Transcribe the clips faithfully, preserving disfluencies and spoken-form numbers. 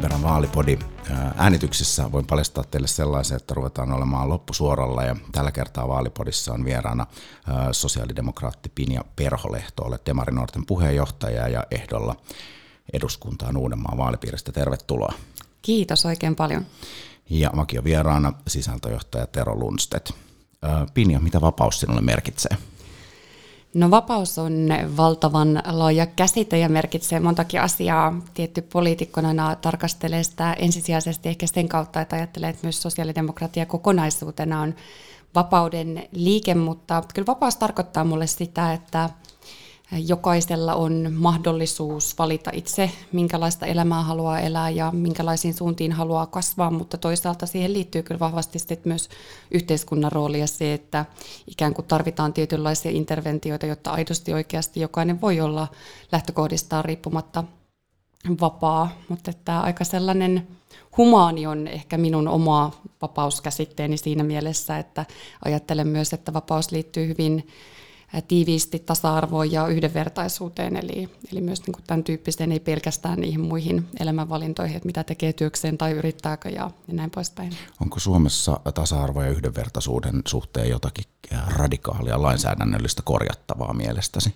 Liberan vaalipodi. Äänityksessä voin paljastaa teille sellaisen, että ruvetaan olemaan loppusuoralla ja tällä kertaa vaalipodissa on vieraana sosiaalidemokraatti Pinja Perholehto. Olet Demarinuorten puheenjohtaja ja ehdolla eduskuntaan Uudenmaan vaalipiiristä. Tervetuloa. Kiitos oikein paljon. Ja vakio vieraana sisältöjohtaja Tero Lundstedt. Pinja, mitä vapaus sinulle merkitsee? No vapaus on valtavan laaja käsite ja merkitsee montakin asiaa. Tietty poliitikkona tarkastelee sitä ensisijaisesti ehkä sen kautta, että ajattelee, että myös sosiaalidemokratia kokonaisuutena on vapauden liike, mutta kyllä vapaus tarkoittaa mulle sitä, että jokaisella on mahdollisuus valita itse, minkälaista elämää haluaa elää ja minkälaisiin suuntiin haluaa kasvaa, mutta toisaalta siihen liittyy kyllä vahvasti myös yhteiskunnan rooli ja se, että ikään kuin tarvitaan tietynlaisia interventioita, jotta aidosti oikeasti jokainen voi olla lähtökohdistaan riippumatta vapaa, mutta että aika sellainen humaani on ehkä minun oma vapauskäsitteeni siinä mielessä, että ajattelen myös, että vapaus liittyy hyvin tiiviisti tasa-arvoon ja yhdenvertaisuuteen, eli, eli myös niin kuin tämän tyyppiseen, ei pelkästään niihin muihin elämänvalintoihin, että mitä tekee työkseen tai yrittääkö ja, ja näin poispäin. Onko Suomessa tasa-arvo ja yhdenvertaisuuden suhteen jotakin radikaalia lainsäädännöllistä korjattavaa mielestäsi?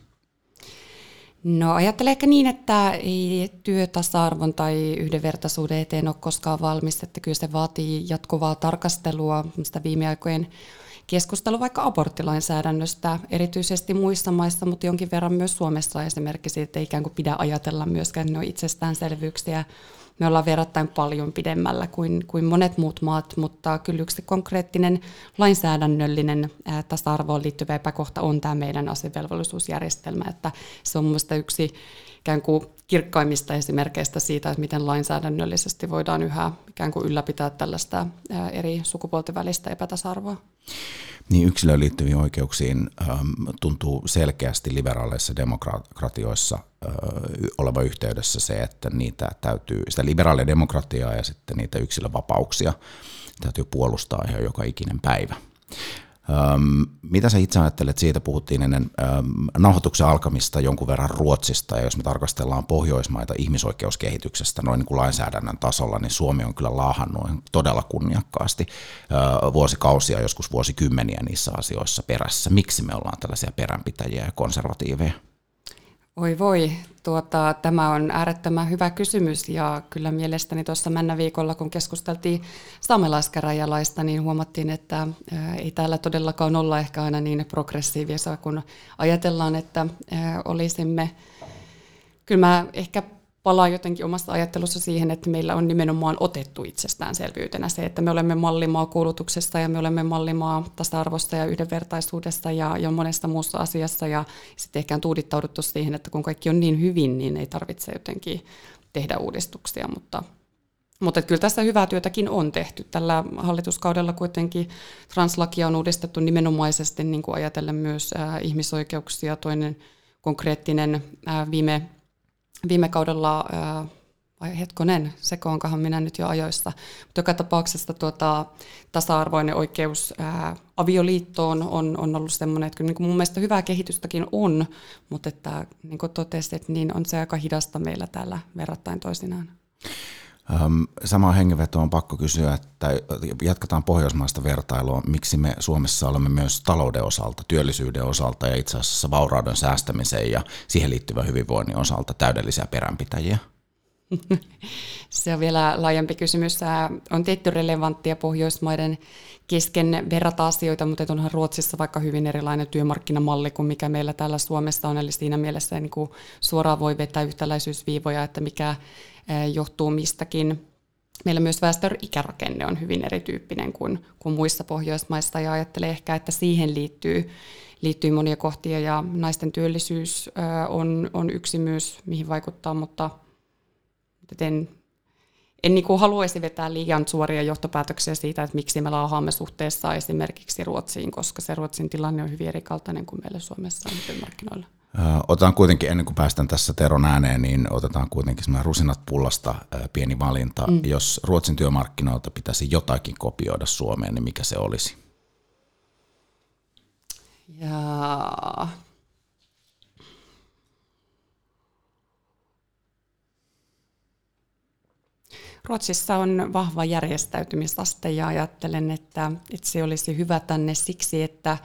No ajattelen ehkä niin, että ei työtasa-arvon tai yhdenvertaisuuden eteen ole koskaan valmis, että kyllä se vaatii jatkuvaa tarkastelua, sitä viime aikojen keskustelu vaikka aborttilainsäädännöstä, erityisesti muissa maissa, mutta jonkin verran myös Suomessa esimerkiksi, että ei ikään kuin pidä ajatella myöskään, ne on itsestäänselvyyksiä. Me ollaan verrattain paljon pidemmällä kuin, kuin monet muut maat, mutta kyllä yksi konkreettinen lainsäädännöllinen ää, tasa-arvoon liittyvä epäkohta on tämä meidän asevelvollisuusjärjestelmä, että se on mielestäni yksi ikään kuin kirkkaimmista esimerkkeistä siitä, että miten lainsäädännöllisesti voidaan yhä ikään kuin ylläpitää tällaista ää, eri sukupuolten välistä epätasa-arvoa. Niin, yksilöön liittyviin oikeuksiin ähm, tuntuu selkeästi liberaaleissa demokratioissa äh, oleva yhteydessä se, että niitä täytyy, sitä liberaalia demokratiaa ja sitten niitä yksilövapauksia täytyy puolustaa ihan joka ikinen päivä. Ähm, mitä sä itse ajattelet, siitä puhuttiin ennen ähm, nauhoituksen alkamista jonkun verran Ruotsista, ja jos me tarkastellaan Pohjoismaita ihmisoikeuskehityksestä noin niin kuin lainsäädännön tasolla, niin Suomi on kyllä laahannut todella kunniakkaasti äh, vuosikausia, joskus vuosikymmeniä niissä asioissa perässä. Miksi me ollaan tällaisia peränpitäjiä ja konservatiiveja? Oi voi, tuota, tämä on äärettömän hyvä kysymys ja kyllä mielestäni tuossa männä viikolla, kun keskusteltiin saamelaiskäräjälaista, niin huomattiin, että ää, ei täällä todellakaan olla ehkä aina niin progressiivisia, kun ajatellaan, että ää, olisimme. Kyllä mä ehkä palaan jotenkin omassa ajattelussa siihen, että meillä on nimenomaan otettu itsestäänselvyytenä se, että me olemme mallimaa koulutuksessa ja me olemme mallimaa tasa-arvosta ja yhdenvertaisuudessa ja, ja monesta muussa asiassa ja sitten ehkä on tuudittauduttu siihen, että kun kaikki on niin hyvin, niin ei tarvitse jotenkin tehdä uudistuksia, mutta Mutta kyllä tässä hyvää työtäkin on tehty. Tällä hallituskaudella kuitenkin translakia on uudistettu nimenomaisesti niin kuin ajatellen myös ää, ihmisoikeuksia. Toinen konkreettinen ää, viime Viime kaudella, vai hetkonen, sekoonkahan minä nyt jo ajoissa, mutta joka tapauksessa tuota, tasa-arvoinen oikeus ää, avioliittoon on, on ollut semmoinen, että kyllä niin kuin mun mielestä hyvää kehitystäkin on, mutta että, niin kuin totesit, niin on se aika hidasta meillä täällä verrattain toisinaan. Samaan hengenvetoon on pakko kysyä, että jatketaan pohjoismaista vertailua, miksi me Suomessa olemme myös talouden osalta, työllisyyden osalta ja itse asiassa vaurauden säästämisen ja siihen liittyvän hyvinvoinnin osalta täydellisiä peränpitäjiä? Se on vielä laajempi kysymys. On tietty relevanttia Pohjoismaiden kesken verrata asioita, mutta onhan Ruotsissa vaikka hyvin erilainen työmarkkinamalli kuin mikä meillä täällä Suomessa on, eli siinä mielessä niin kuin suoraan voi vetää yhtäläisyysviivoja, että mikä johtuu mistäkin. Meillä myös väestön ikärakenne on hyvin erityyppinen kuin, kuin muissa Pohjoismaissa ja ajattelen ehkä, että siihen liittyy, liittyy monia kohtia ja naisten työllisyys on, on yksi myös, mihin vaikuttaa, mutta en, en niin kuin haluaisi vetää liian suoria johtopäätöksiä siitä, että miksi me laahaamme suhteessa esimerkiksi Ruotsiin, koska se Ruotsin tilanne on hyvin erikaltainen kuin meillä Suomessa on työmarkkinoilla. Otetaan kuitenkin, ennen kuin päästään tässä Teron ääneen, niin otetaan kuitenkin semmoinen rusinat pullasta pieni valinta. Mm. Jos Ruotsin työmarkkinoilta pitäisi jotakin kopioida Suomeen, niin mikä se olisi? Ja Ruotsissa on vahva järjestäytymisaste ja ajattelen, että, että se olisi hyvä tänne siksi, että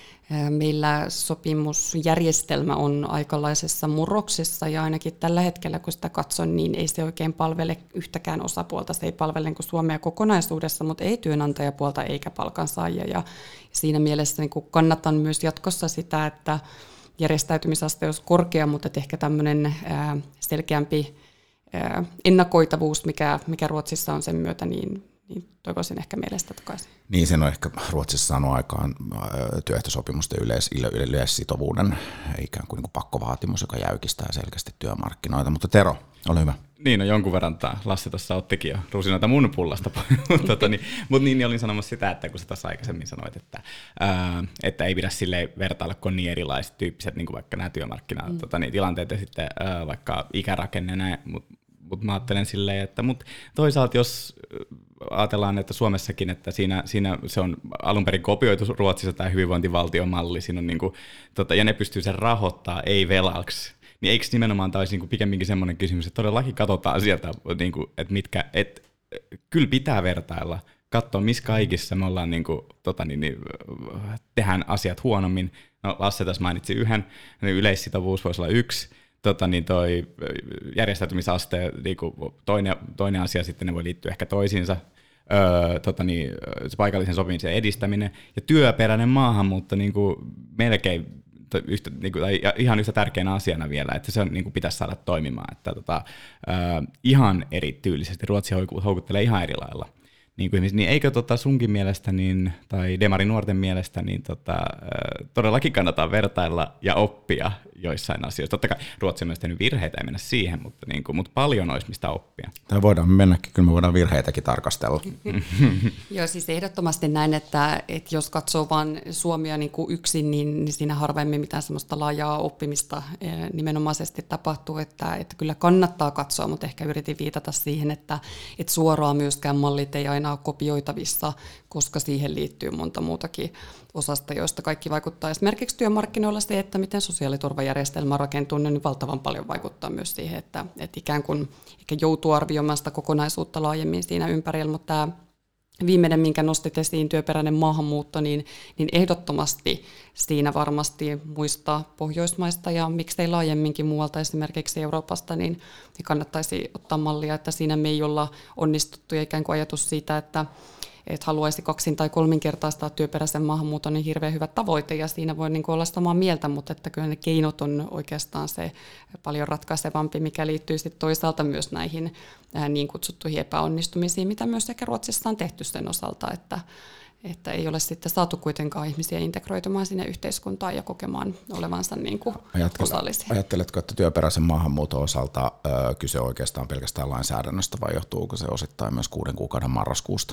meillä sopimusjärjestelmä on aikalaisessa murroksessa ja ainakin tällä hetkellä, kun sitä katson, niin ei se oikein palvele yhtäkään osapuolta. Se ei palvele niin kuin Suomea kokonaisuudessa, mutta ei työnantajapuolta eikä palkansaajia. Ja siinä mielessä niin kuin kannatan myös jatkossa sitä, että järjestäytymisaste olisi korkea, mutta että ehkä tämmöinen selkeämpi ennakoitavuus, mikä, mikä Ruotsissa on sen myötä, niin niin toivoisin ehkä mielestä takaisin. Niin, sen on ehkä Ruotsissa saanut aikaan työehtosopimusten yleis, yleissitovuuden ikään kuin, niin kuin pakkovaatimus, joka jäykistää selkeästi työmarkkinoita. Mutta Tero, ole hyvä. Niin, no jonkun verran tämä Lassi tuossa ottikin jo rusinoita mun pullasta. Mutta niin, mut niin, niin olin sanomassa sitä, että kun sä tuossa aikaisemmin sanoit, että, ää, että ei pidä silleen vertailla, kun on niin erilaiset tyyppiset, niin kuin vaikka nämä työmarkkinat, mm. tota, niin, tilanteet ja sitten ää, vaikka ikärakenne näin, mutta mut mä ajattelen silleen, että mut toisaalta jos ajatellaan, että Suomessakin, että siinä, siinä se on alun perin kopioitu Ruotsissa tämä hyvinvointivaltiomalli, siinä on niinku, tota, ja ne pystyy sen rahoittamaan, ei velaksi, niin eikö nimenomaan taisi niinku pikemminkin semmoinen kysymys, että todellakin katsotaan sieltä, niinku, että mitkä, et, kyllä pitää vertailla, katsoa missä kaikissa me ollaan, niinku, tota, niin, niin, tehdään asiat huonommin. No Lasse tässä mainitsi yhden, niin yleissitovuus voisi olla yksi, Tota, niin toi järjestäytymisaste, niinku toinen, toinen asia sitten ne voi liittyä ehkä toisiinsa, öö, tota, niin, se paikallisen sopimisen edistäminen ja työperäinen maahanmuutto niinku melkein yhtä, niinku, tai ihan yhtä tärkeänä asiana vielä, että se on, niinku, pitäisi saada toimimaan, että tota, öö, ihan erityylisesti Ruotsi houkuttelee ihan eri lailla. Niin, kuin, niin eikö tota sunkin mielestä, niin, tai Demarin nuorten mielestä, niin tota, todellakin kannattaa vertailla ja oppia joissain asioissa. Totta kai Ruotsi on myös tehnyt virheitä, ei mennä siihen, mutta, niin kuin, mutta paljon olisi mistä oppia. Tai voidaan mennäkin, kyllä me voidaan virheitäkin tarkastella. Joo, siis ehdottomasti näin, että, että jos katsoo vain Suomea niin kuin yksin, niin, niin siinä harvemmin mitään semmoista laajaa oppimista nimenomaisesti tapahtuu, että, että kyllä kannattaa katsoa, mutta ehkä yritin viitata siihen, että, että suoraan myöskään mallit ei aina ole kopioitavissa, koska siihen liittyy monta muutakin osasta, joista kaikki vaikuttaa. Esimerkiksi työmarkkinoilla se, että miten sosiaaliturvajärjestelmä rakentuu, niin valtavan paljon vaikuttaa myös siihen, että, että ikään kuin ehkä joutuu arvioimaan sitä kokonaisuutta laajemmin siinä ympärillä, mutta tämä viimeinen, minkä nostit esiin, työperäinen maahanmuutto, niin, niin ehdottomasti siinä varmasti muista Pohjoismaista ja miksei laajemminkin muualta, esimerkiksi Euroopasta, niin, niin kannattaisi ottaa mallia, että siinä me ei olla onnistuttu ja ikään kuin ajatus siitä, että että haluaisi kaksin- tai kolminkertaistaa työperäisen maahanmuuton, niin hirveän hyvä tavoite, ja siinä voi niin kuin olla samaa mieltä, mutta että kyllä ne keinot on oikeastaan se paljon ratkaisevampi, mikä liittyy sitten toisaalta myös näihin ää, niin kutsuttuihin epäonnistumisiin, mitä myös ehkä Ruotsissa on tehty sen osalta, että, että ei ole sitten saatu kuitenkaan ihmisiä integroitumaan sinne yhteiskuntaan ja kokemaan olevansa niin kuin osallisia. Ajatteletko, että työperäisen maahanmuuton osalta ö, kyse oikeastaan pelkästään lainsäädännöstä, vai johtuuko se osittain myös kuuden kuukauden marraskuusta?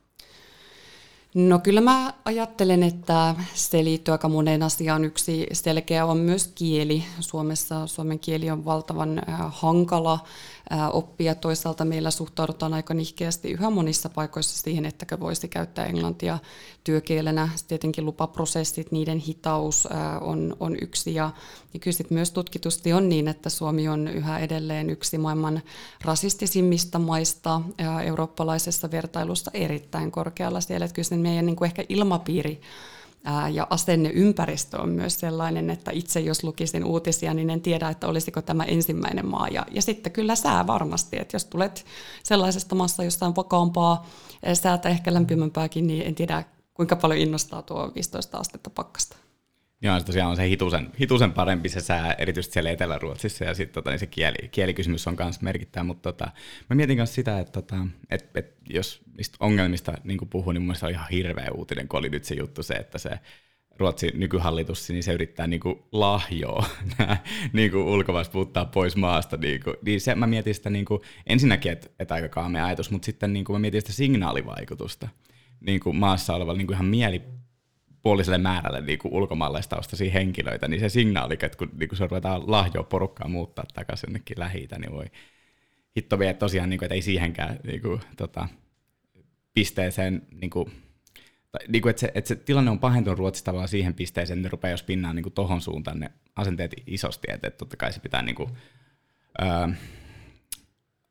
No kyllä mä ajattelen, että se liittyy aika moneen asiaan. Yksi selkeä on myös kieli. Suomessa suomen kieli on valtavan äh, hankala äh, oppia. Toisaalta meillä suhtaudutaan aika nihkeästi yhä monissa paikoissa siihen, ettäkö voisi käyttää englantia työkielenä. Tietenkin lupaprosessit, niiden hitaus äh, on, on yksi. Ja, ja kyllä sit myös tutkitusti on niin, että Suomi on yhä edelleen yksi maailman rasistisimmista maista äh, eurooppalaisessa vertailussa erittäin korkealla siellä. Että kyllä meidän niin kuin ehkä ilmapiiri ää, ja asenneympäristö on myös sellainen, että itse jos lukisin uutisia, niin en tiedä, että olisiko tämä ensimmäinen maa. Ja, ja sitten kyllä sää varmasti, että jos tulet sellaisesta maassa, jossa on vakaampaa säätä, ehkä lämpimämpääkin, niin en tiedä, kuinka paljon innostaa tuo viisitoista astetta pakkasta. Joo, se tosiaan on se hitusen, hitusen parempi se sää, erityisesti siellä Etelä-Ruotsissa, ja sitten tota, niin se kieli, kielikysymys on myös merkittävä, mutta tota, mä mietin myös sitä, että tota, et, et, jos niistä ongelmista niin puhuu, niin mun mielestä on ihan hirveä uutinen, kun oli nyt se juttu se, että se Ruotsin nykyhallitus, niin se yrittää niin kuin lahjoa niin ulkomaista puuttaa pois maasta. Niin, kuin, niin se, mä mietin sitä niin kuin, ensinnäkin, että et aika kaamea ajatus, mutta sitten niin kuin, mä mietin sitä signaalivaikutusta niin kuin maassa olevalla niin kuin ihan mieli puoliselle määrälle niin kuin ulkomaalaistaustaisia henkilöitä, niin se signaali, että kun niin kuin se ruvetaan lahjoa porukkaa muuttaa takaisin jonnekin Lähi-itä, niin voi hitto vie tosiaan, niin kuin, että ei siihenkään niin kuin, tota, pisteeseen, niin kuin, tai, niin kuin, että, se, että se tilanne on pahentunut Ruotsissa tavallaan siihen pisteeseen, että ne rupeaa jo spinnaan niin tohon suuntaan ne asenteet isosti, että, että totta kai se pitää niin kuin, ää,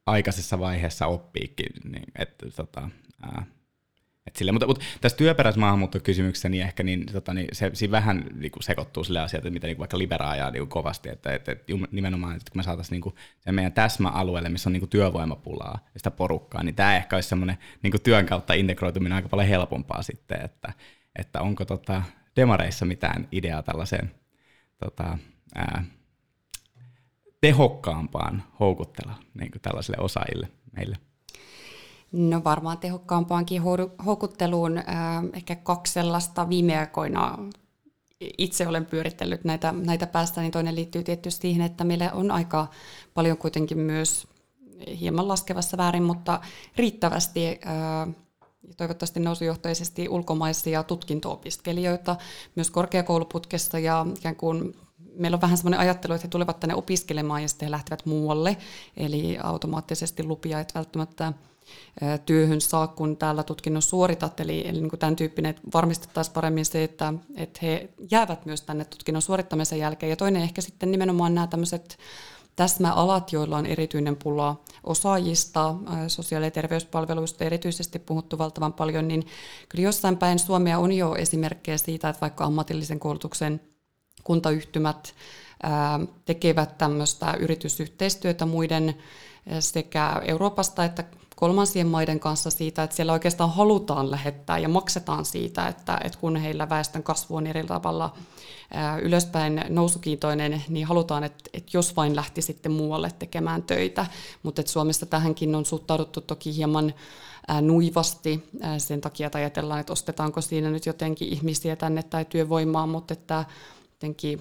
aikaisessa vaiheessa oppiikin. Niin, että, tota, ää, et sille, mutta, mutta tässä työperäisessä maahanmuuttokysymyksessä niin ehkä niin, tota, niin se siinä vähän niin kuin sekoittuu sille asiat, että mitä niin kuin vaikka Libera ajaa niin kuin kovasti, että, että, että nimenomaan, että kun me saataisiin niin kuin sen meidän täsmäalueelle, missä on niin kuin työvoimapulaa ja sitä porukkaa, niin tämä ehkä olisi semmoinen niin kuin työn kautta integroituminen aika paljon helpompaa sitten, että, että onko tota, demareissa mitään ideaa tällaiseen tota, ää, tehokkaampaan houkuttella niin kuin tällaisille osaajille meille? No varmaan tehokkaampaankin houkutteluun äh, ehkä kaksi sellaista viime aikoina itse olen pyöritellyt näitä, näitä päästä, niin toinen liittyy tietysti siihen, että meillä on aika paljon kuitenkin myös hieman laskevassa väärin, mutta riittävästi äh, toivottavasti nousujohtoisesti ulkomaisia tutkinto-opiskelijoita myös korkeakouluputkessa ja ikään kuin meillä on vähän semmoinen ajattelu, että he tulevat tänne opiskelemaan ja sitten he lähtevät muualle, eli automaattisesti lupia et välttämättä työhön saa, kun täällä tutkinnon suoritat, eli, eli niin kuin tämän tyyppinen, että varmistettaisiin paremmin se, että, että he jäävät myös tänne tutkinnon suorittamisen jälkeen. Ja toinen ehkä sitten nimenomaan nämä tämmöiset täsmäalat, joilla on erityinen pula osaajista, sosiaali- ja terveyspalveluista erityisesti puhuttu valtavan paljon, niin kyllä jossain päin Suomea on jo esimerkkejä siitä, että vaikka ammatillisen koulutuksen kuntayhtymät ää, tekevät tämmöistä yritysyhteistyötä muiden sekä Euroopasta että kolmansien maiden kanssa siitä, että siellä oikeastaan halutaan lähettää ja maksetaan siitä, että, että kun heillä väestön kasvu on eri tavalla ää, ylöspäin nousukiitoinen, niin halutaan, että, että jos vain lähti sitten muualle tekemään töitä. Mutta että Suomessa tähänkin on suhtauduttu toki hieman ää, nuivasti ää, sen takia, että ajatellaan, että ostetaanko siinä nyt jotenkin ihmisiä tänne tai työvoimaa, mutta että jotenkin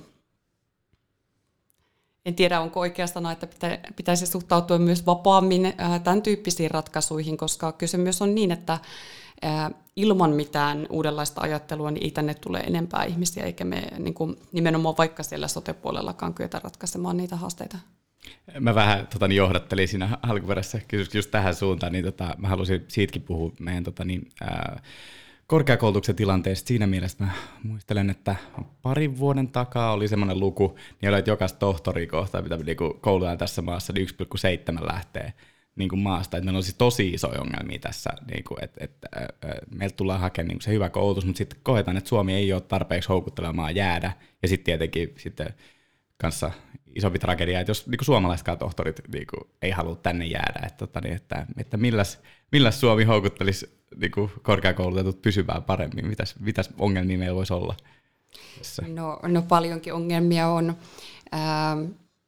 en tiedä, onko oikea sana, että pitäisi suhtautua myös vapaammin tämän tyyppisiin ratkaisuihin, koska kysymys on niin, että ilman mitään uudenlaista ajattelua niin ei tänne tule enempää ihmisiä, eikä me niin kuin, nimenomaan vaikka siellä sote-puolellakaan kyetä ratkaisemaan niitä haasteita. Mä vähän tota, niin johdattelin siinä alkuperäisessä kysymyksessä just tähän suuntaan, niin tota, mä halusin siitäkin puhua meidän tota, niin, ää, korkeakoulutuksen tilanteesta siinä mielessä. Mä muistelen, että parin vuoden takaa oli semmoinen luku, niin oli, että jokaista tohtoria kohtaa, mitä niinku koulutaan tässä maassa, niin yksi pilkku seitsemän lähtee niinku maasta. Et meillä on siis tosi isoja ongelmia tässä, niinku, että et, äh, meiltä tullaan hakemaan niinku se hyvä koulutus, mutta sitten koetaan, että Suomi ei ole tarpeeksi houkuttelemaan jäädä. Ja sitten tietenkin sitten kanssa isompi tragedia, että jos niinku suomalaisetkaan tohtorit niinku, ei halua tänne jäädä, että, tota, niin, että, että milläs, milläs Suomi houkuttelisi niinku korkeakoulutetut pysymään paremmin? Mitäs, mitäs ongelmia meillä voisi olla? No, no paljonkin ongelmia on. Ähm,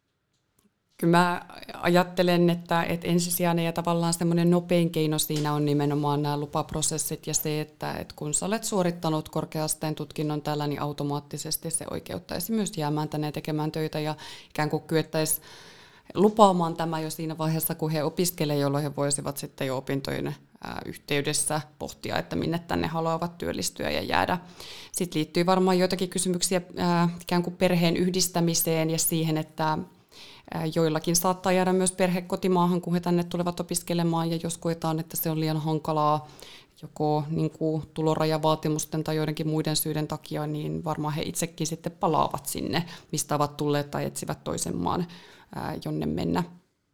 kyllä mä ajattelen, että, että ensisijainen ja tavallaan semmoinen nopein keino siinä on nimenomaan nämä lupaprosessit ja se, että, että kun sä olet suorittanut korkea-asteen tutkinnon täällä, niin automaattisesti se oikeuttaisi myös jäämään tänne tekemään töitä ja ikään kuin kyettäisiin lupaamaan tämä jo siinä vaiheessa, kun he opiskelevat, jolloin he voisivat sitten jo opintojen yhteydessä pohtia, että minne tänne haluavat työllistyä ja jäädä. Sitten liittyy varmaan joitakin kysymyksiä ikään kuin perheen yhdistämiseen ja siihen, että joillakin saattaa jäädä myös perhe kotimaahan, kun he tänne tulevat opiskelemaan, ja jos koetaan, että se on liian hankalaa joko niin kuin tulorajavaatimusten tai joidenkin muiden syiden takia, niin varmaan he itsekin sitten palaavat sinne, mistä ovat tulleet tai etsivät toisen maan, jonne mennä.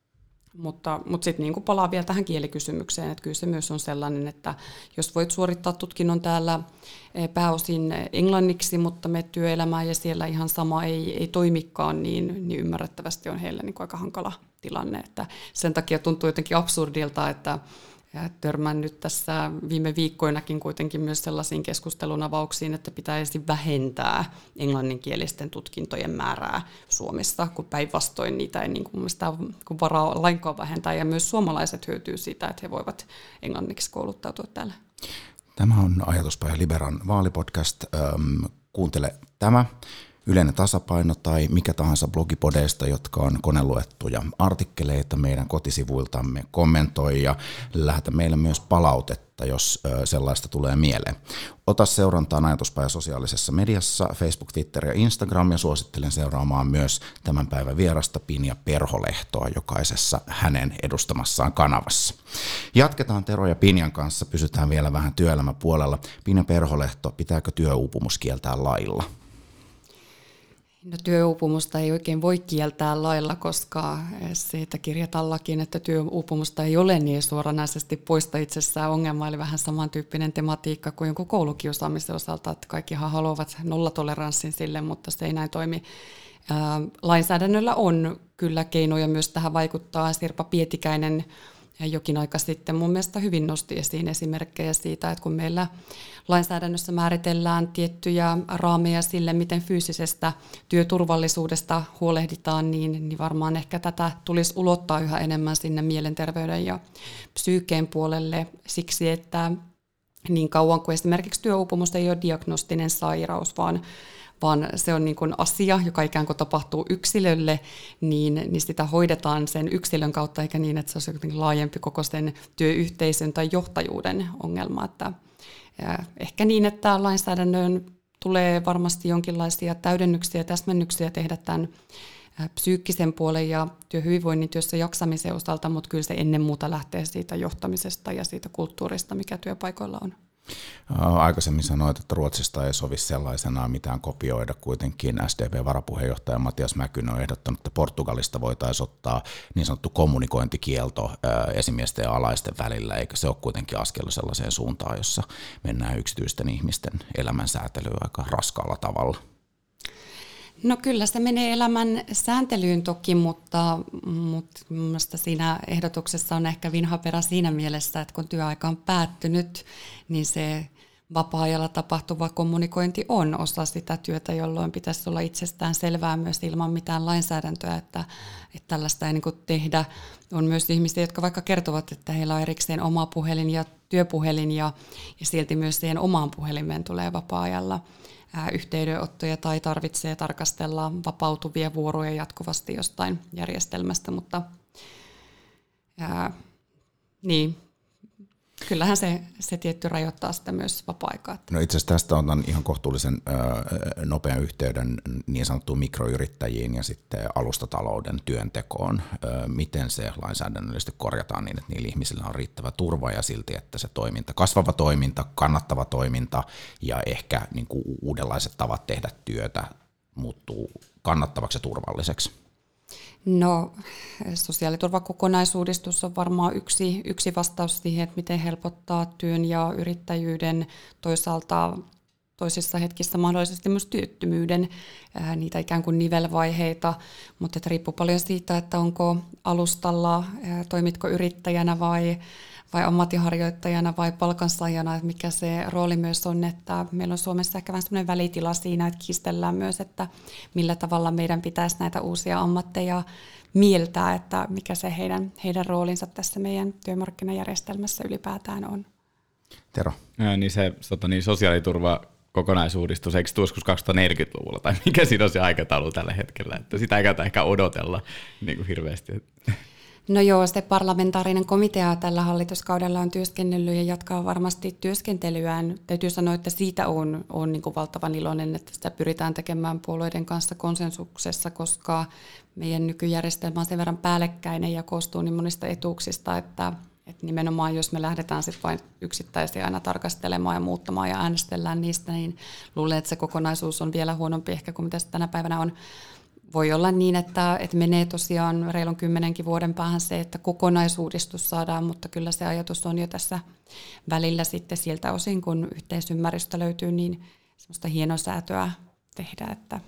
Mutta, mutta sitten niin kuin palaa vielä tähän kielikysymykseen, että kyllä se myös on sellainen, että jos voit suorittaa tutkinnon täällä pääosin englanniksi, mutta me työelämään ja siellä ihan sama ei, ei toimikaan, niin, niin ymmärrettävästi on heille niin kuin aika hankala tilanne. Että sen takia tuntuu jotenkin absurdilta, että törmännyt tässä viime viikkoinakin kuitenkin myös sellaisiin keskustelun avauksiin, että pitäisi vähentää englanninkielisten tutkintojen määrää Suomessa, kun päinvastoin niitä ei niin kuin sitä kun varaa lainkaan vähentää, ja myös suomalaiset hyötyy siitä, että he voivat englanniksi kouluttautua täällä. Tämä on Ajatuspaja Liberan vaalipodcast. Kuuntele tämä, Yleinen tasapaino tai mikä tahansa blogipodeista, jotka on koneluettuja artikkeleita meidän kotisivuiltamme, kommentoi ja lähetä meille myös palautetta, jos sellaista tulee mieleen. Ota seurantaan Ajatuspaja sosiaalisessa mediassa, Facebook, Twitter ja Instagram, ja suosittelen seuraamaan myös tämän päivän vierasta Pinja Perholehtoa jokaisessa hänen edustamassaan kanavassa. Jatketaan Tero ja Pinjan kanssa, pysytään vielä vähän työelämäpuolella. Pinja Perholehto, pitääkö työuupumus kieltää lailla? No, työuupumusta ei oikein voi kieltää lailla, koska se, että kirjataan lakiin, että työuupumusta ei ole, niin suoranaisesti poista itsessään ongelma, eli vähän samantyyppinen tematiikka kuin jonkun koulukiusaamisen osalta, että kaikkihan haluavat nollatoleranssin sille, mutta se ei näin toimi. Ää, lainsäädännöllä on kyllä keinoja myös tähän vaikuttaa. Sirpa Pietikäinen jokin aika sitten mun mielestä hyvin nosti esiin esimerkkejä siitä, että kun meillä lainsäädännössä määritellään tiettyjä raameja sille, miten fyysisestä työturvallisuudesta huolehditaan, niin, niin varmaan ehkä tätä tulisi ulottaa yhä enemmän sinne mielenterveyden ja psyykeen puolelle siksi, että niin kauan kuin esimerkiksi työuupumus ei ole diagnostinen sairaus, vaan vaan se on niin kuin asia, joka ikään kuin tapahtuu yksilölle, niin, niin sitä hoidetaan sen yksilön kautta, eikä niin, että se olisi jotenkin laajempi koko sen työyhteisön tai johtajuuden ongelma. Että, ehkä niin, että lainsäädännön tulee varmasti jonkinlaisia täydennyksiä ja täsmennyksiä tehdä tämän psyykkisen puolen ja työhyvinvoinnin työssä jaksamisen osalta, mutta kyllä se ennen muuta lähtee siitä johtamisesta ja siitä kulttuurista, mikä työpaikoilla on. Aikaisemmin sanoit, että Ruotsista ei sovi sellaisenaan mitään kopioida. Kuitenkin S D P-varapuheenjohtaja Matias Mäkynen on ehdottanut, että Portugalista voitaisiin ottaa niin sanottu kommunikointikielto esimiesten ja alaisten välillä, eikö se ole kuitenkin askel sellaiseen suuntaan, jossa mennään yksityisten ihmisten elämän säätelyyn aika raskaalla tavalla? No kyllä se menee elämän sääntelyyn toki, mutta, mutta mielestäni siinä ehdotuksessa on ehkä vinhaperä siinä mielessä, että kun työaika on päättynyt, niin se vapaa-ajalla tapahtuva kommunikointi on osa sitä työtä, jolloin pitäisi olla itsestään selvää myös ilman mitään lainsäädäntöä, että, että tällaista ei niin kuin tehdä. On myös ihmisiä, jotka vaikka kertovat, että heillä on erikseen oma puhelin ja työpuhelin ja, ja silti myös siihen omaan puhelimeen tulee vapaa-ajalla yhteydenottoja tai tarvitsee tarkastella vapautuvia vuoroja jatkuvasti jostain järjestelmästä, mutta ää, niin, kyllähän se, se tietty rajoittaa sitä myös vapaa-aikaa. No itse asiassa tästä otan ihan kohtuullisen ö, nopean yhteyden niin sanottuun mikroyrittäjiin ja sitten alustatalouden työntekoon. Ö, miten se lainsäädännöllisesti korjataan niin, että niillä ihmisillä on riittävä turva ja silti, että se toiminta, kasvava toiminta, kannattava toiminta ja ehkä niin kuin uudenlaiset tavat tehdä työtä muuttuu kannattavaksi ja turvalliseksi? No, sosiaaliturvakokonaisuudistus on varmaan yksi, yksi vastaus siihen, että miten helpottaa työn ja yrittäjyyden, toisaalta toisissa hetkissä mahdollisesti myös työttömyyden, ää, niitä ikään kuin nivelvaiheita, mutta että riippuu paljon siitä, että onko alustalla, ää, toimitko yrittäjänä vai, vai ammattiharjoittajana vai palkansaajana, että mikä se rooli myös on, että meillä on Suomessa ehkä vähän sellainen välitila siinä, että kiistellään myös, että millä tavalla meidän pitäisi näitä uusia ammatteja mieltää, että mikä se heidän, heidän roolinsa tässä meidän työmarkkinajärjestelmässä ylipäätään on. Tero. Ja, niin se tota, niin sosiaaliturva kokonaisuudistus, eikö tuossa kaksituhattaneljäkymmentäluvulla, tai mikä siinä on se aikataulu tällä hetkellä, että sitä ei kannata ehkä odotella niin kuin hirveästi. No joo, se parlamentaarinen komitea tällä hallituskaudella on työskennellyt ja jatkaa varmasti työskentelyään. Täytyy sanoa, että siitä on, on niin kuin valtavan iloinen, että sitä pyritään tekemään puolueiden kanssa konsensuksessa, koska meidän nykyjärjestelmä on sen verran päällekkäinen ja koostuu niin monista etuuksista, että, että nimenomaan jos me lähdetään sitten vain yksittäisiä aina tarkastelemaan ja muuttamaan ja äänestellään niistä, niin luulen, että se kokonaisuus on vielä huonompi ehkä kuin mitä se tänä päivänä on. Voi olla niin, että, että menee tosiaan reilun kymmenenkin vuoden päähän se, että kokonaisuudistus saadaan, mutta kyllä se ajatus on jo tässä välillä sitten siltä osin, kun yhteisymmärrystä löytyy, niin semmoista hienosäätöä tehdä. Että.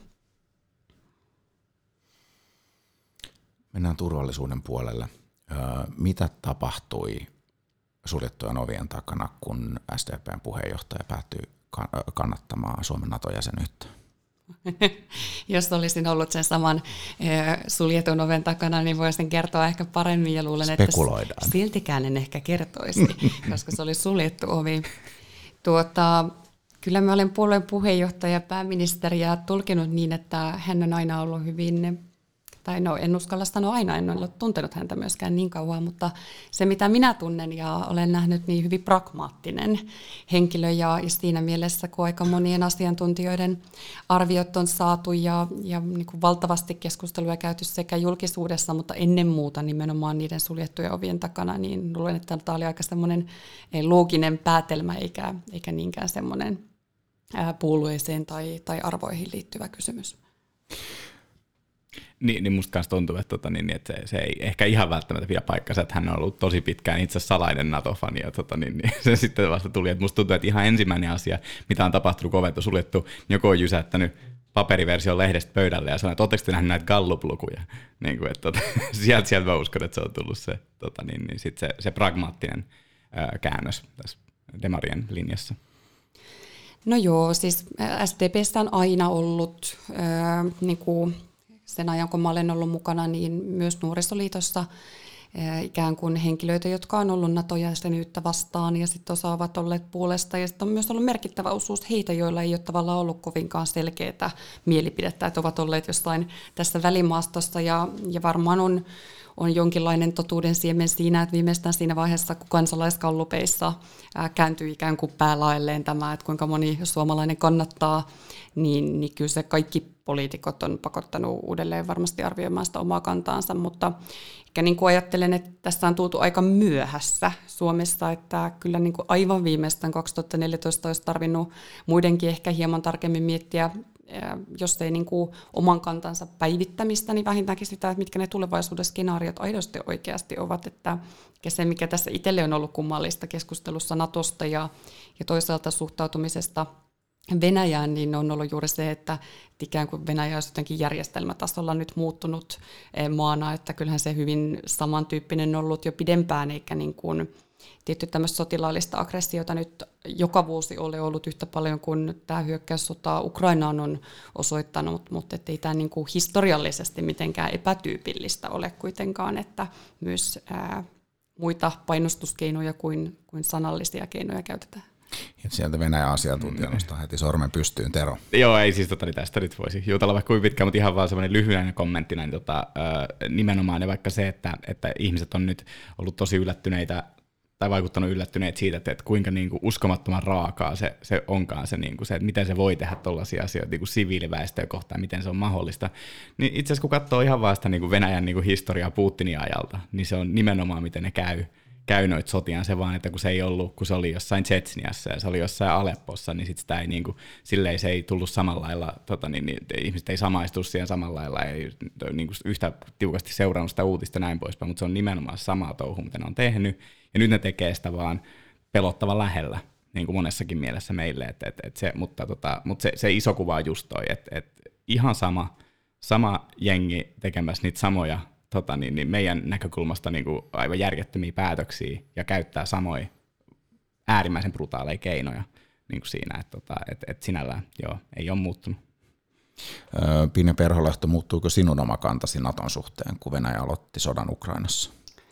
Mennään turvallisuuden puolelle. Mitä tapahtui suljettujen ovien takana, kun S D P:n puheenjohtaja päättyi kannattamaan Suomen NATO-jäsenyyttä? Jos olisin ollut sen saman suljetun oven takana, niin voisin kertoa ehkä paremmin ja luulen, että siltikään en ehkä kertoisi, koska se oli suljettu ovi. Tuota, kyllä mä olen puolueen puheenjohtaja ja pääministeri ja tulkinut niin, että hän on aina ollut hyvin, tai no en uskalla sanoa aina, en ole tuntenut häntä myöskään niin kauan, mutta se mitä minä tunnen ja olen nähnyt niin hyvin pragmaattinen henkilö ja, ja siinä mielessä, kun aika monien asiantuntijoiden arviot on saatu ja, ja niin kuin valtavasti keskustelua käyty sekä julkisuudessa, mutta ennen muuta nimenomaan niiden suljettujen ovien takana, niin luulen, että tämä oli aika semmoinen looginen päätelmä eikä, eikä niinkään semmoinen puolueeseen tai, tai arvoihin liittyvä kysymys. Niin, niin musta kanssa tuntuu, että, tota, niin, että se, se ei ehkä ihan välttämättä pidä paikkansa, että hän on ollut tosi pitkään itse salainen NATO-fani, ja tota, niin, niin, se sitten vasta tuli. Että musta tuntuu, että ihan ensimmäinen asia, mitä on tapahtunut, kun ovet on suljettu, joku on jysättänyt paperiversio lehdestä pöydälle ja sanoo, että oletteko te nähneet näitä Gallup-lukuja? Niin kuin, että, tota, sieltä, sieltä mä uskon, että se on tullut se, tota, niin, niin, sit se, se pragmaattinen ää, käännös tässä Demarien linjassa. No joo, siis S D P:stä on aina ollut, ää, niin kuin sen ajan kun mä olen ollut mukana, niin myös Nuorisoliitossa ää, ikään kuin henkilöitä, jotka on ollut NATO-jäsenyyttä vastaan ja sitten osa ovat olleet puolesta. Ja sitten on myös ollut merkittävä osuus heitä, joilla ei ole tavallaan ollut kovinkaan selkeää mielipidettä, että ovat olleet jostain tässä välimaastossa ja, ja varmaan on on jonkinlainen totuuden siemen siinä, että viimeistään siinä vaiheessa, kun kansalaiskallupeissa kääntyy ikään kuin päälaelleen tämä, että kuinka moni suomalainen kannattaa, niin, niin kyllä se kaikki poliitikot on pakottanut uudelleen varmasti arvioimaan sitä omaa kantaansa, mutta ehkä niin kuin ajattelen, että tässä on tultu aika myöhässä Suomessa, että kyllä niin kuin aivan viimeistään kaksituhattaneljätoista olisi tarvinnut muidenkin ehkä hieman tarkemmin miettiä, jos ei niin kuin oman kantansa päivittämistä, niin vähintäänkin sitä, että mitkä ne tulevaisuuden skenaariot aidosti oikeasti ovat. Että se, mikä tässä itselle on ollut kummallista keskustelussa Natosta ja, ja toisaalta suhtautumisesta Venäjään, niin on ollut juuri se, että ikään kuin Venäjä olisi jotenkin järjestelmätasolla nyt muuttunut maana, että kyllähän se hyvin samantyyppinen on ollut jo pidempään, eikä niin kuin tietty tämmöistä sotilaallista aggressiota nyt joka vuosi ole ollut yhtä paljon kuin tämä hyökkäyssota Ukrainaan on osoittanut, mutta ei tämä niin kuin historiallisesti mitenkään epätyypillistä ole kuitenkaan, että myös ää, muita painostuskeinoja kuin, kuin sanallisia keinoja käytetään. Ja sieltä Venäjän asiantuntija nostaa heti sormen pystyyn, Tero. Joo, ei siis tota, niin tästä nyt voisi jutella vaikka kuin pitkään, mutta ihan vaan semmoinen lyhyen kommenttina, niin tota, nimenomaan ja vaikka se, että, että ihmiset on nyt ollut tosi yllättyneitä tai vaikuttanut yllättyneet siitä, että, että kuinka niin kuin uskomattoman raakaa se, se onkaan, se, niin kuin se, että miten se voi tehdä tuollaisia asioita niin kuin siviiliväestöä kohtaan, miten se on mahdollista. Niin itse asiassa kun katsoo ihan vaan sitä niin kuin Venäjän niin kuin historiaa Putinin ajalta, niin se on nimenomaan miten ne käy, käy noita sotiaan. Se vaan, että kun se ei ollut, kun se oli jossain Tsetsniassa ja se oli jossain Aleppossa, niin sit sitä ei, niin kuin, silleen se ei tullut samalla lailla, tota, niin, niin, ihmiset ei samaistu siihen samalla lailla, ei niin kuin yhtä tiukasti seurannut sitä uutista näin poispäin, mutta se on nimenomaan samaa touhua, mitä ne on tehnyt. Ja nyt ne tekee sitä vaan pelottavan lähellä, niin kuin monessakin mielessä meille. Et, et, et se, mutta tota, mutta se, se iso kuva on just toi, että et ihan sama, sama jengi tekemässä niitä samoja tota, niin, niin meidän näkökulmasta niin kuin aivan järjettömiä päätöksiä ja käyttää samoja äärimmäisen brutaaleja keinoja niin kuin siinä, että tota, et, et sinällään joo, ei ole muuttunut. Pine Perholehto, muuttuuko sinun oma kantasi Naton suhteen, kun Venäjä aloitti sodan Ukrainassa?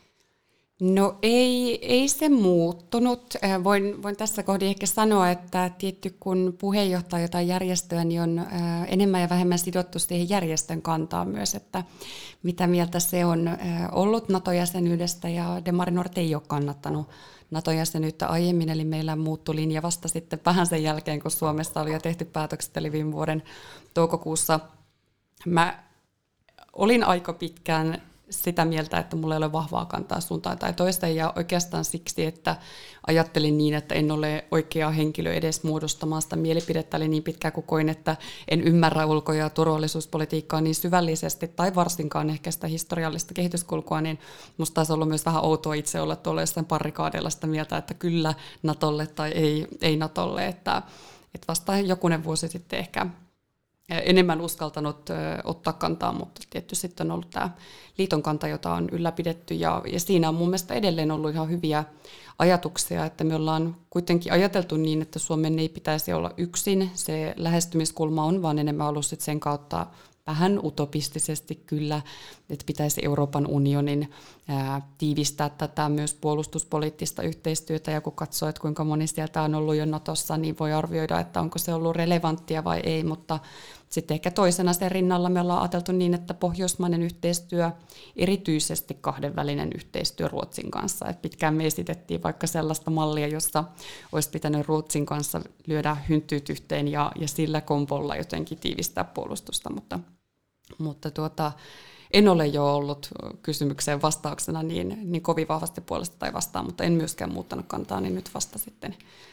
No ei, ei se muuttunut. Voin, voin tässä kohdin ehkä sanoa, että tietty kun puheenjohtaja jotain järjestöä, niin on enemmän ja vähemmän sidottu siihen järjestön kantaan myös, että mitä mieltä se on ollut NATO-jäsenyydestä, ja Demarinort ei ole kannattanut NATO-jäsenyyttä aiemmin, eli meillä muuttui linja vasta sitten vähän sen jälkeen, kun Suomessa oli jo tehty päätökset, eli viime vuoden toukokuussa. Mä olin aika pitkään sitä mieltä, että mulla ei ole vahvaa kantaa suuntaan tai toiseen, ja oikeastaan siksi, että ajattelin niin, että en ole oikea henkilö edes muodostamaan sitä mielipidettä, eli niin pitkään kuin koin, että en ymmärrä ulko- ja turvallisuuspolitiikkaa niin syvällisesti, tai varsinkaan ehkä sitä historiallista kehityskulkua, niin musta taisi ollut myös vähän outoa itse olla tuolla jossain parrikaadeilla sitä mieltä, että kyllä Natolle tai ei, ei Natolle, että, että vasta jokunen vuosi sitten ehkä enemmän uskaltanut ö, ottaa kantaa, mutta tietysti sitten on ollut tämä liiton kanta, jota on ylläpidetty, ja, ja siinä on mun mielestä edelleen ollut ihan hyviä ajatuksia, että me ollaan kuitenkin ajateltu niin, että Suomen ei pitäisi olla yksin, se lähestymiskulma on vaan enemmän ollut sit sen kautta vähän utopistisesti kyllä, että pitäisi Euroopan unionin ää, tiivistää tätä myös puolustuspoliittista yhteistyötä, ja kun katsoo, että kuinka moni sieltä on ollut jo Natossa, niin voi arvioida, että onko se ollut relevanttia vai ei, mutta sitten ehkä toisena sen rinnalla me ollaan ajateltu niin, että pohjoismainen yhteistyö, erityisesti kahdenvälinen yhteistyö Ruotsin kanssa, että pitkään me esitettiin vaikka sellaista mallia, jossa olisi pitänyt Ruotsin kanssa lyödä hynttyyt yhteen ja, ja sillä kompolla jotenkin tiivistää puolustusta, mutta, mutta tuota, en ole jo ollut kysymykseen vastauksena niin, niin kovin vahvasti puolesta tai vastaan, mutta en myöskään muuttanut kantaa, niin nyt vasta sitten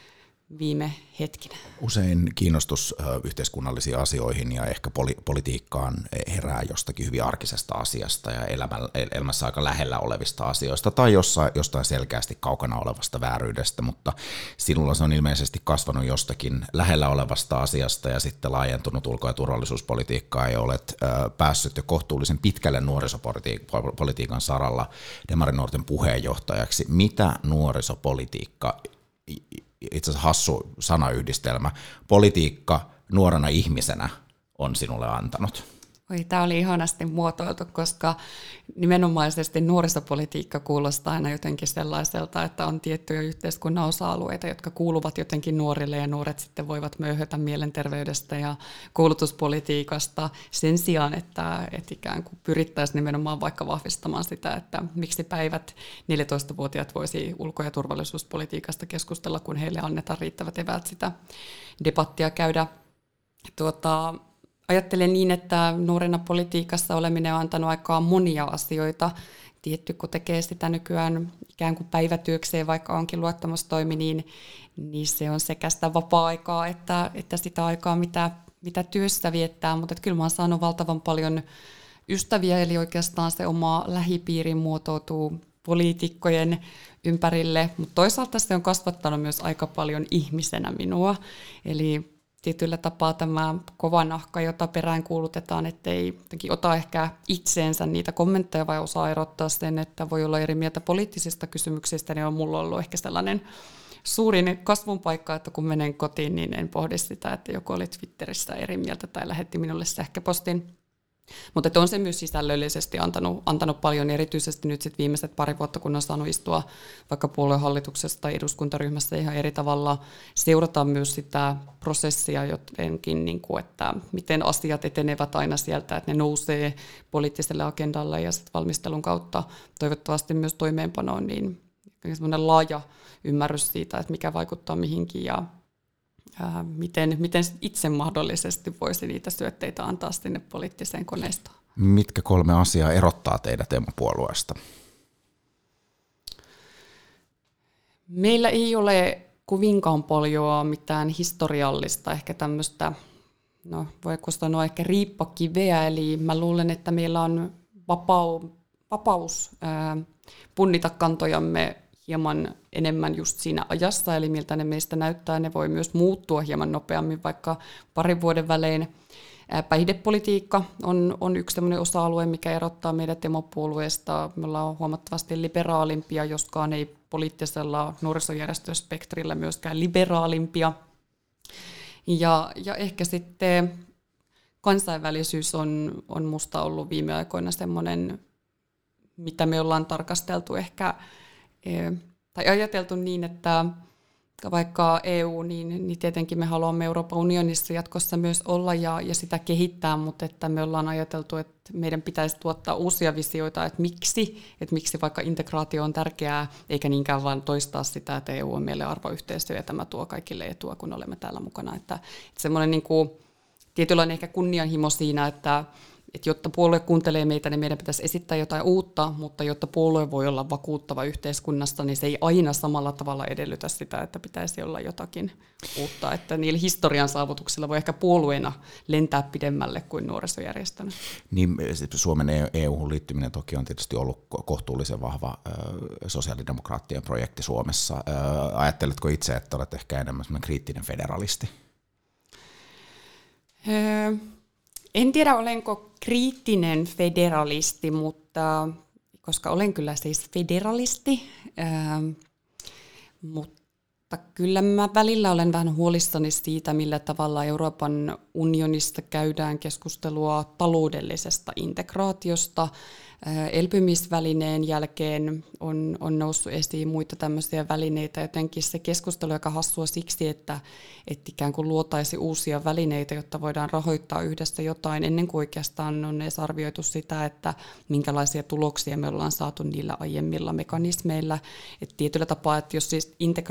viime hetkinä. Usein kiinnostus yhteiskunnallisiin asioihin ja ehkä poli- politiikkaan herää jostakin hyvin arkisesta asiasta ja elämässä aika lähellä olevista asioista tai jossain, jostain selkeästi kaukana olevasta vääryydestä, mutta sinulla se on ilmeisesti kasvanut jostakin lähellä olevasta asiasta ja sitten laajentunut ulko- ja turvallisuuspolitiikkaan ja olet päässyt jo kohtuullisen pitkälle nuorisopolitiikan saralla Demarinuorten puheenjohtajaksi. Mitä nuorisopolitiikka, itse asiassa hassu sanayhdistelmä, politiikka nuorena ihmisenä on sinulle antanut? Oi, tämä oli ihanasti muotoiltu, koska nimenomaisesti nuorisopolitiikka kuulostaa aina jotenkin sellaiselta, että on tiettyjä yhteiskunnan osa-alueita, jotka kuuluvat jotenkin nuorille ja nuoret sitten voivat möyhötä mielenterveydestä ja koulutuspolitiikasta sen sijaan, että, että ikään kuin pyrittäisiin nimenomaan vaikka vahvistamaan sitä, että miksi päivät neljätoistavuotiaat voisi ulko- ja turvallisuuspolitiikasta keskustella, kun heille annetaan riittävät eväät sitä debattia käydä. Tuota, Ajattelen niin, että nuorena politiikassa oleminen on antanut aikaan monia asioita. Tietty, kun tekee sitä nykyään ikään kuin päivätyökseen, vaikka onkin luottamustoimi, niin, niin se on sekä sitä vapaa-aikaa että, että sitä aikaa, mitä, mitä työssä viettää. Mutta kyllä mä oon saanut valtavan paljon ystäviä, eli oikeastaan se oma lähipiiri muotoutuu poliitikkojen ympärille. Mutta toisaalta se on kasvattanut myös aika paljon ihmisenä minua, eli tietyllä tapaa tämä kova nahka, jota perään kuulutetaan, ettei ota ehkä itseensä niitä kommentteja vai osaa erottaa sen, että voi olla eri mieltä poliittisista kysymyksistä, niin on mulla ollut ehkä sellainen suurin kasvun paikka, että kun menen kotiin, niin en pohdi sitä, että joku oli Twitterissä eri mieltä tai lähetti minulle sähköpostin. Mutta on se myös sisällöllisesti antanut, antanut paljon, erityisesti nyt sit viimeiset pari vuotta, kun on saanut istua vaikka puoluehallituksessa tai eduskuntaryhmässä ihan eri tavalla, seurata myös sitä prosessia jotenkin, niin kuin, että miten asiat etenevät aina sieltä, että ne nousee poliittiselle agendalle ja sit valmistelun kautta toivottavasti myös toimeenpanoon, niin semmoinen laaja ymmärrys siitä, että mikä vaikuttaa mihinkin ja Ää, miten, miten itse mahdollisesti voisi niitä syötteitä antaa sinne poliittiseen koneistoon. Mitkä kolme asiaa erottaa teidät emopuolueesta? Meillä ei ole kovinkaan paljon mitään historiallista, ehkä tämmöistä, no voiko sanoa ehkä riippakiveä, eli mä luulen, että meillä on vapau, vapaus ää, punnita kantojamme hieman enemmän just siinä ajassa, eli miltä ne meistä näyttää. Ne voi myös muuttua hieman nopeammin, vaikka parin vuoden välein. Päihdepolitiikka on, on yksi sellainen osa-alue, mikä erottaa meidät emopuolueesta. Me ollaan huomattavasti liberaalimpia, joskaan ei poliittisella nuorisojärjestöspektrillä myöskään liberaalimpia. Ja, ja ehkä sitten kansainvälisyys on, on musta ollut viime aikoina semmoinen, mitä me ollaan tarkasteltu ehkä tai ajateltu niin, että vaikka E U, niin, niin tietenkin me haluamme Euroopan unionissa jatkossa myös olla ja, ja sitä kehittää, mutta että me ollaan ajateltu, että meidän pitäisi tuottaa uusia visioita, että miksi, että miksi vaikka integraatio on tärkeää, eikä niinkään vaan toistaa sitä, että E U on meille arvoyhteisö ja tämä tuo kaikille etua, kun olemme täällä mukana. Että, että semmoinen niin kuin tietynlainen ehkä kunnianhimo siinä, että että jotta puolue kuuntelee meitä, niin meidän pitäisi esittää jotain uutta, mutta jotta puolue voi olla vakuuttava yhteiskunnassa, niin se ei aina samalla tavalla edellytä sitä, että pitäisi olla jotakin uutta. Että niillä historian saavutuksilla voi ehkä puolueena lentää pidemmälle kuin nuorisojärjestönä. Niin, Suomen E U-hun liittyminen toki on tietysti ollut kohtuullisen vahva äh, sosiaalidemokraattien projekti Suomessa. Äh, ajatteletko itse, että olet ehkä enemmän kriittinen federalisti? Öö. En tiedä, olenko kriittinen federalisti, mutta, koska olen kyllä siis federalisti, ää, mutta kyllä mä välillä olen vähän huolissani siitä, millä tavalla Euroopan unionista käydään keskustelua taloudellisesta integraatiosta. Elpymisvälineen jälkeen on, on noussut esiin muita tämmöisiä välineitä. Jotenkin se keskustelu, joka hassua siksi, että, että ikään kuin luotaisi uusia välineitä, jotta voidaan rahoittaa yhdessä jotain, ennen kuin oikeastaan on edes arvioitu sitä, että minkälaisia tuloksia me ollaan saatu niillä aiemmilla mekanismeilla. Että tietyllä tapaa, että jos siis integraatiosta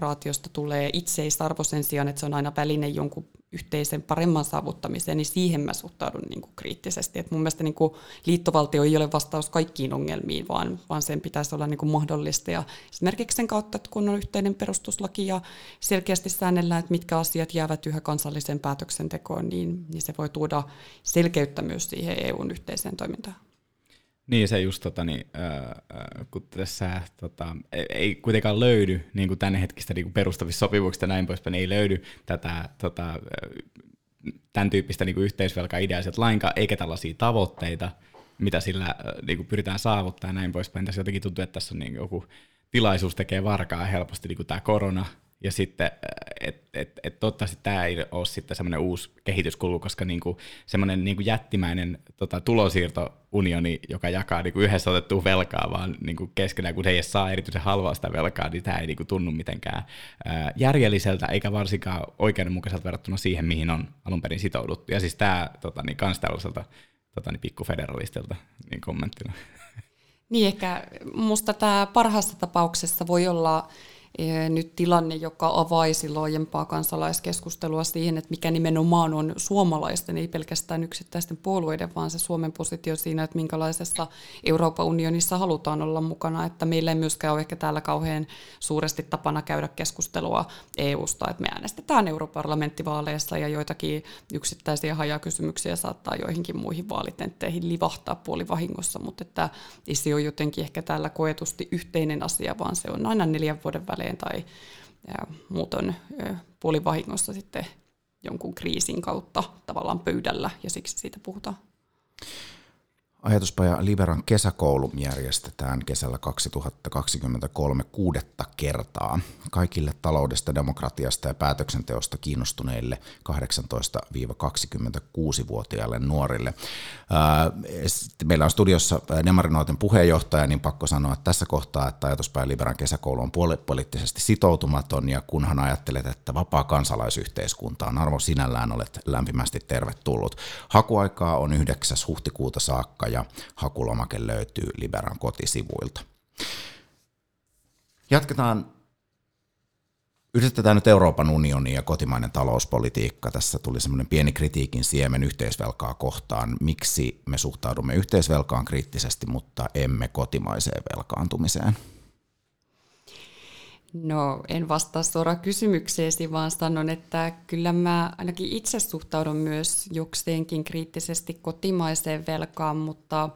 josta tulee itseisarvo sen sijaan, että se on aina väline jonkun yhteisen paremman saavuttamiseen, niin siihen mä suhtaudun niin kuin kriittisesti. Et mun mielestä niin kuin liittovaltio ei ole vastaus kaikkiin ongelmiin, vaan, vaan sen pitäisi olla niin kuin mahdollista. Ja esimerkiksi sen kautta, että kun on yhteinen perustuslaki ja selkeästi säännellään, että mitkä asiat jäävät yhä kansalliseen päätöksentekoon, niin, niin se voi tuoda selkeyttä myös siihen E U:n yhteiseen toimintaan. Niin se just, tota, niin, äh, kun tässä tota, ei kuitenkaan löydy niin kuin tämänhetkistä niin kuin perustavissa sopimuksista ja näin poispäin, ei löydy tätä, tota, tämän tyyppistä niin kuin yhteisvelka-ideaa lainkaan, eikä tällaisia tavoitteita, mitä sillä niin kuin pyritään saavuttaa ja näin poispäin. Tässä jotenkin tuntuu, että tässä on niin joku tilaisuus tekee varkaa helposti, niin kuin tämä korona, ja sitten, että et, et toivottavasti tämä ei ole sitten semmoinen uusi kehityskulku, koska niinku, semmoinen niinku jättimäinen tota, tulonsiirtounioni, joka jakaa niinku yhdessä otettua velkaa, vaan niinku keskenään, kun se ei edes saa erityisen halvaa sitä velkaa, niin tämä ei niinku tunnu mitenkään ää, järjelliseltä, eikä varsinkaan oikeudenmukaiselta verrattuna siihen, mihin on alun perin sitouduttu. Ja siis tämä tota, niin kans tällaiselta tota, niin pikkufederalistilta niin kommenttina. Niin, ehkä musta tämä parhaassa tapauksessa voi olla nyt tilanne, joka avaisi laajempaa kansalaiskeskustelua siihen, että mikä nimenomaan on suomalaisten, ei pelkästään yksittäisten puolueiden, vaan se Suomen positio siinä, että minkälaisessa Euroopan unionissa halutaan olla mukana, että meillä ei myöskään ole ehkä täällä kauhean suuresti tapana käydä keskustelua E U:sta, että me äänestetään europarlamenttivaaleissa ja joitakin yksittäisiä hajakysymyksiä saattaa joihinkin muihin vaalitentteihin livahtaa puolivahingossa, mutta että ei se ole jotenkin ehkä täällä koetusti yhteinen asia, vaan se on aina neljän vuoden välein tai muuton puolivahingossa sitten jonkun kriisin kautta tavallaan pöydällä, ja siksi siitä puhutaan. Ajatuspaja Liberan kesäkoulu järjestetään kesällä kaksituhattakaksikymmentäkolme kuudetta kertaa kaikille taloudesta, demokratiasta ja päätöksenteosta kiinnostuneille kahdeksantoista kaksikymmentäkuusi-vuotiaille nuorille. Meillä on studiossa Demarinuorten puheenjohtaja, niin pakko sanoa että tässä kohtaa, että Ajatuspaja Liberan kesäkoulu on poliittisesti sitoutumaton, ja kunhan ajattelet, että vapaa kansalaisyhteiskunta on arvo sinällään, olet lämpimästi tervetullut. Hakuaikaa on yhdeksäs huhtikuuta saakka, ja hakulomake löytyy Liberan kotisivuilta. Jatketaan, yhdistetään nyt Euroopan unioni ja kotimainen talouspolitiikka. Tässä tuli semmoinen pieni kritiikin siemen yhteisvelkaa kohtaan. Miksi me suhtaudumme yhteisvelkaan kriittisesti, mutta emme kotimaiseen velkaantumiseen? No, en vastaa suoraan kysymykseesi, vaan sanon, että kyllä mä ainakin itse suhtaudun myös jokseenkin kriittisesti kotimaiseen velkaan, mutta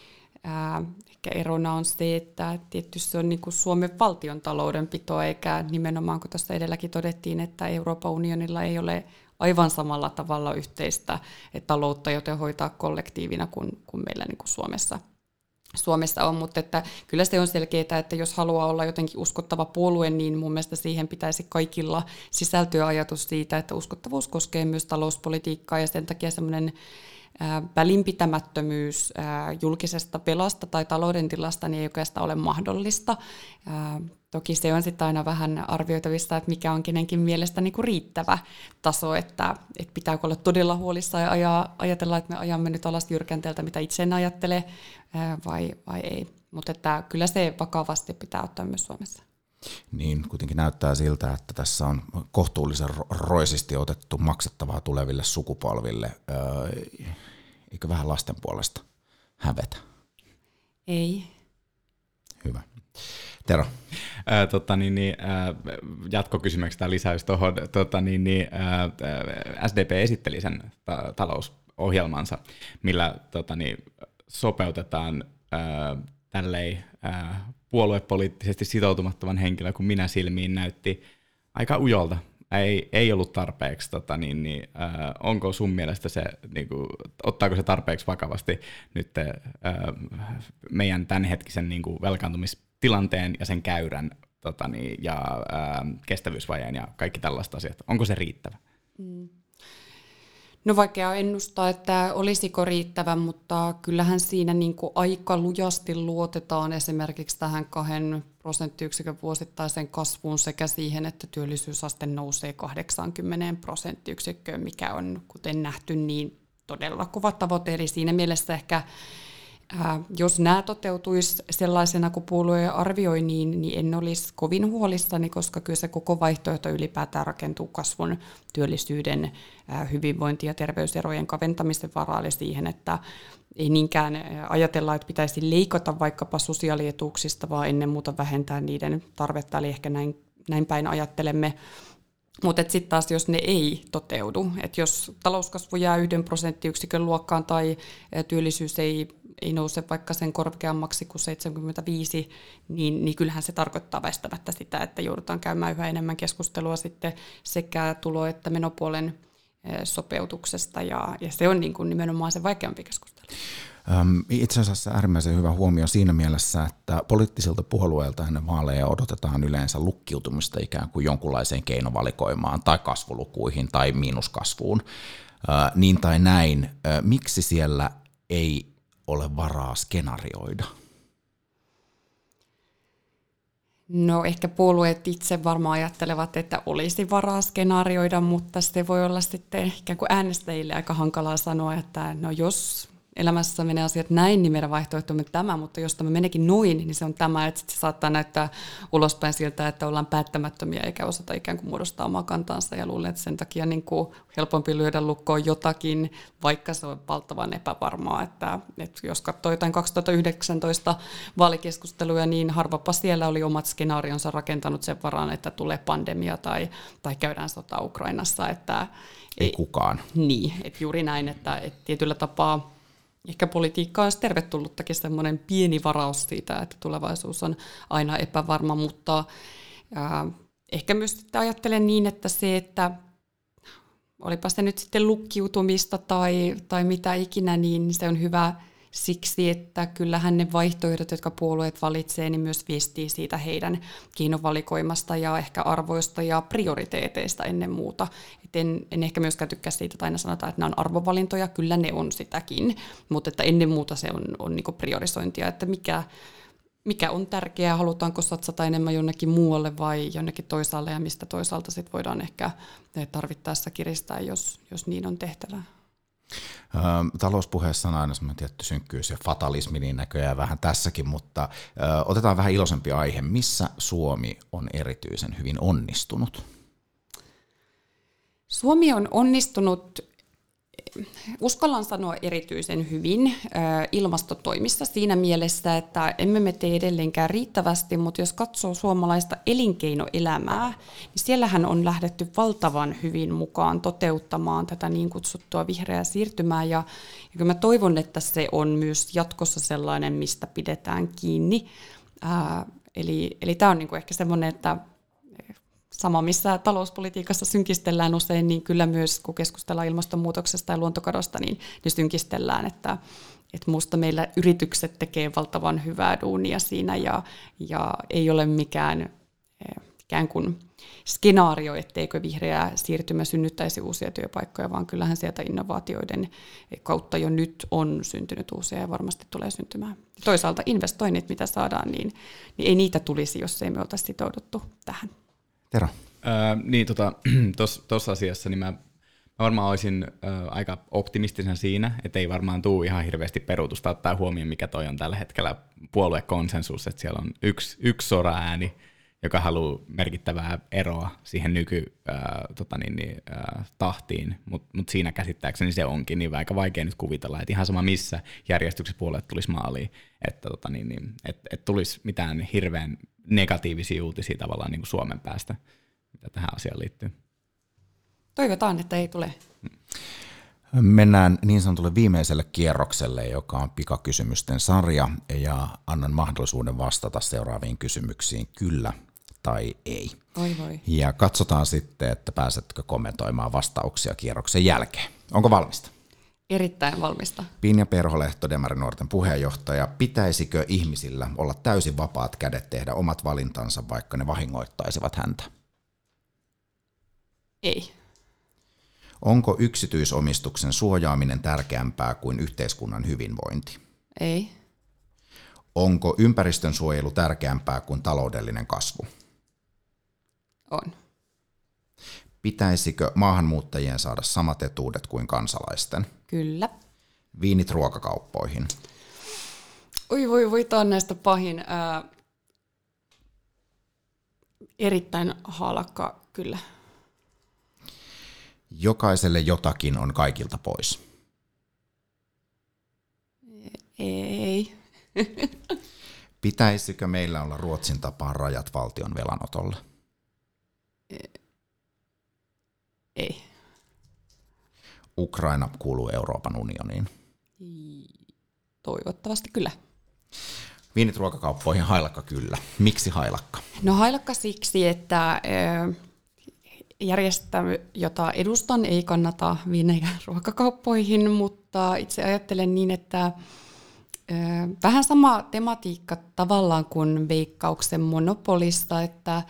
ää, ehkä erona on se, että tietysti se on niin kuin Suomen valtion taloudenpito, eikä nimenomaan, kun tuossa edelläkin todettiin, että Euroopan unionilla ei ole aivan samalla tavalla yhteistä taloutta, joten hoitaa kollektiivina kuin, kuin meillä niin kuin Suomessa. Suomessa on, mutta että kyllä se on selkeää, että jos haluaa olla jotenkin uskottava puolue, niin mun mielestä siihen pitäisi kaikilla sisältyä ajatus siitä, että uskottavuus koskee myös talouspolitiikkaa, ja sen takia semmoinen välinpitämättömyys julkisesta velasta tai talouden tilasta niin ei oikeastaan ole mahdollista. Toki se on sitten aina vähän arvioitavissa, että mikä on kenenkin mielestä niin kuin riittävä taso, että, että pitääkö olla todella huolissaan ja ajaa, ajatella, että me ajamme nyt alas jyrkänteeltä, mitä itse en ajattele, vai, vai ei. Mutta että kyllä se vakavasti pitää ottaa myös Suomessa. Niin, kuitenkin näyttää siltä, että tässä on kohtuullisen roisisti otettu maksettavaa tuleville sukupolville. Öö, eikö vähän lasten puolesta hävetä? Ei. Hyvä. Tero. Ää, tota, niin, niin, ää, jatkokysymyksestä tai lisäys tuohon. Tota, niin, niin, ää, S D P esitteli sen ta- talousohjelmansa, millä tota, niin, sopeutetaan ää, tälleen ää, puoluepoliittisesti sitoutumattoman henkilön kuin minä silmiin näytti aika ujolta. Ei, ei ollut tarpeeksi. Tota, niin, niin, ää, onko sun mielestä se, niin kuin, ottaako se tarpeeksi vakavasti nyt ää, meidän tämänhetkisen niin kuin velkaantumistilanteen ja sen käyrän tota, niin, ja ää, kestävyysvajeen ja kaikki tällaiset asiat? Onko se riittävä? Mm. No vaikea ennustaa, että olisiko riittävä, mutta kyllähän siinä niin kuin aika lujasti luotetaan esimerkiksi tähän kahden prosenttiyksikön vuosittaisen kasvuun sekä siihen, että työllisyysaste nousee kahdeksankymmentä prosenttiyksikköön, mikä on, kuten nähty, niin todella kova tavoite. Eli siinä mielessä ehkä Ää, jos nämä toteutuisi sellaisena, kuin puolue arvioi, niin, niin en olisi kovin huolissani, koska kyllä se koko vaihtoehto ylipäätään rakentuu kasvun, työllisyyden, ää, hyvinvointi- ja terveyserojen kaventamisen varaan siihen, että ei niinkään ajatella, että pitäisi leikata vaikkapa sosiaalietuuksista, vaan ennen muuta vähentää niiden tarvetta, eli ehkä näin, näin päin ajattelemme. Mutta sitten taas, jos ne ei toteudu, että jos talouskasvu jää yhden prosenttiyksikön luokkaan tai työllisyys ei, ei nouse vaikka sen korkeammaksi kuin seitsemänkymmentäviisi, niin, niin kyllähän se tarkoittaa väistämättä sitä, että joudutaan käymään yhä enemmän keskustelua sitten sekä tulo- että menopuolen sopeutuksesta, ja, ja se on niin kuin nimenomaan se vaikeampi keskustelu. Itse asiassa äärimmäisen hyvä huomio siinä mielessä, että poliittisilta puolueilta ennen vaaleja odotetaan yleensä lukkiutumista ikään kuin jonkunlaiseen keinovalikoimaan tai kasvulukuihin tai miinuskasvuun, niin tai näin. Miksi siellä ei ole varaa skenaarioida? No ehkä puolueet itse varmaan ajattelevat, että olisi varaa skenaarioida, mutta se voi olla sitten ikään kuin äänestäjille aika hankalaa sanoa, että no jos elämässä menee asiat näin, niin meidän vaihtoehtomme tämä, mutta jos tämä meneekin noin, niin se on tämä, että se saattaa näyttää ulospäin siltä, että ollaan päättämättömiä eikä osata ikään kuin muodostaa omaa kantaansa, ja luulen, että sen takia niin kuin helpompi lyödä lukkoon jotakin, vaikka se on valtavan epävarmaa, että, että jos katsoo jotain kaksituhattayhdeksäntoista vaalikeskusteluja, niin harvapa siellä oli omat skenaarionsa rakentanut sen varaan, että tulee pandemia tai, tai käydään sota Ukrainassa. Että, ei, ei kukaan. Niin, että juuri näin, että, että tietyllä tapaa ehkä politiikka olisi tervetullutakin semmoinen pieni varaus siitä, että tulevaisuus on aina epävarma, mutta ää, ehkä myös ajattelen niin, että se, että olipa se nyt sitten lukkiutumista tai, tai mitä ikinä, niin se on hyvä siksi, että kyllähän ne vaihtoehdot, jotka puolueet valitsee, niin myös viestii siitä heidän keinovalikoimasta ja ehkä arvoista ja prioriteeteista ennen muuta. Et en, en ehkä myöskään tykkää siitä, että aina sanotaan, että nämä on arvovalintoja, kyllä ne on sitäkin, mutta että ennen muuta se on, on niin kuin priorisointia, että mikä, mikä on tärkeää, halutaanko satsata enemmän jonnekin muualle vai jonnekin toisaalle ja mistä toisaalta sit voidaan ehkä tarvittaessa kiristää, jos, jos niin on tehtävää. Talouspuheessa on aina semmoinen tietty synkkyys ja fatalismi niin näköjään vähän tässäkin, mutta otetaan vähän iloisempi aihe. Missä Suomi on erityisen hyvin onnistunut? Suomi on onnistunut, uskallan sanoa erityisen hyvin ilmastotoimissa siinä mielessä, että emme me tee edelleenkään riittävästi, mutta jos katsoo suomalaista elinkeinoelämää, niin siellähän on lähdetty valtavan hyvin mukaan toteuttamaan tätä niin kutsuttua vihreää siirtymää, ja, ja kyllä mä toivon, että se on myös jatkossa sellainen, mistä pidetään kiinni. Ää, eli, eli tämä on niin kuin ehkä semmoinen, että sama, missä talouspolitiikassa synkistellään usein, niin kyllä myös kun keskustellaan ilmastonmuutoksesta ja luontokadosta, niin, niin synkistellään, että, että musta meillä yritykset tekee valtavan hyvää duunia siinä ja, ja ei ole mikään ikään kuin skenaario, etteikö vihreä siirtymä synnyttäisi uusia työpaikkoja, vaan kyllähän sieltä innovaatioiden kautta jo nyt on syntynyt uusia ja varmasti tulee syntymään. Toisaalta investoinnit, mitä saadaan, niin, niin ei niitä tulisi, jos ei me oltaisi sitouduttu tähän. Tero. Öö, niin, tuossa tota, tos, asiassa niin mä, mä varmaan olisin ö, aika optimistisen siinä, että ei varmaan tule ihan hirveästi peruutusta ottaa huomioon, mikä toi on tällä hetkellä puoluekonsensus, että siellä on yksi, yksi soraääni, joka haluaa merkittävää eroa siihen nykytahtiin, niin, niin, mutta mut siinä käsittääkseni se onkin niin aika vaikea nyt kuvitella, että ihan sama missä järjestyksessä puolueet tulisi maaliin, että tota, niin, niin, et, et tulisi mitään hirveän negatiivisia uutisia tavallaan niin kuin Suomen päästä, mitä tähän asiaan liittyy. Toivotaan, että ei tule. Mennään niin sanotulle viimeiselle kierrokselle, joka on pikakysymysten sarja, ja annan mahdollisuuden vastata seuraaviin kysymyksiin kyllä tai ei. Oi voi. Ja katsotaan sitten, että pääsetkö kommentoimaan vastauksia kierroksen jälkeen. Onko valmista? Erittäin valmista. Pinja Perholehto, Demarinuorten puheenjohtaja. Pitäisikö ihmisillä olla täysin vapaat kädet tehdä omat valintansa, vaikka ne vahingoittaisivat häntä? Ei. Onko yksityisomistuksen suojaaminen tärkeämpää kuin yhteiskunnan hyvinvointi? Ei. Onko ympäristön suojelu tärkeämpää kuin taloudellinen kasvu? On. Pitäisikö maahanmuuttajien saada samat etuudet kuin kansalaisten? Kyllä. Viinit ruokakauppoihin. Oi voi voi, tämä on näistä pahin. Ää, erittäin halakka, kyllä. Jokaiselle jotakin on kaikilta pois. Ei. Pitäisikö meillä olla Ruotsin tapaan rajat valtion velanotolle? Ei. Ukraina kuuluu Euroopan unioniin. Toivottavasti kyllä. Viinit ruokakauppoihin, hailakka kyllä. Miksi hailakka? No hailakka siksi, että järjestö, jota edustan, ei kannata viinejä ruokakauppoihin, mutta itse ajattelen niin, että vähän sama tematiikka tavallaan kuin Veikkauksen monopolista, että